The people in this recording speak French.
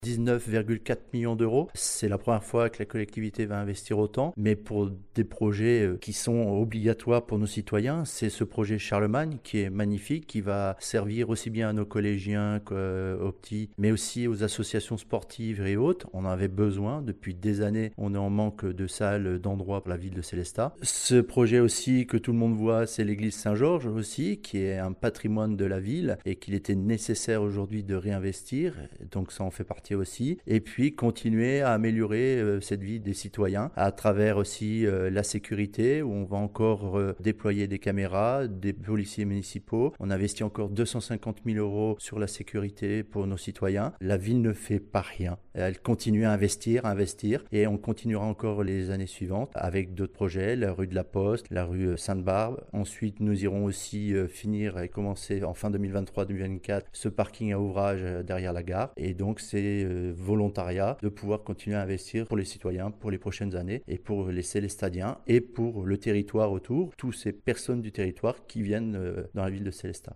19,4 millions d'euros. C'est la première fois que la collectivité va investir autant, mais pour des projets qui sont obligatoires pour nos citoyens. C'est ce projet Charlemagne qui est magnifique, qui va servir aussi bien à nos collégiens qu'aux petits, mais aussi aux associations sportives et autres. On en avait besoin. Depuis des années, on est en manque de salles, d'endroits pour la ville de Sélestat. Ce projet aussi que tout le monde voit, c'est l'église Saint-Georges aussi, qui est un patrimoine de la ville et qu'il était nécessaire aujourd'hui de réinvestir. Donc ça en fait partie aussi. Et puis continuer à améliorer cette vie des citoyens à travers aussi la sécurité, où on va encore déployer des caméras, des policiers municipaux. On investit encore 250 000 euros sur la sécurité pour nos citoyens. La ville ne fait pas rien. Elle continue à investir, et on continuera encore les années suivantes avec d'autres projets, la rue de la Poste, la rue Sainte-Barbe. Ensuite, nous irons aussi finir et commencer en fin 2023-2024 ce parking à ouvrage derrière la gare. Et donc, c'est volontariat de pouvoir continuer à investir pour les citoyens pour les prochaines années et pour les Célestadiens et pour le territoire autour, toutes ces personnes du territoire qui viennent dans la ville de Sélestat.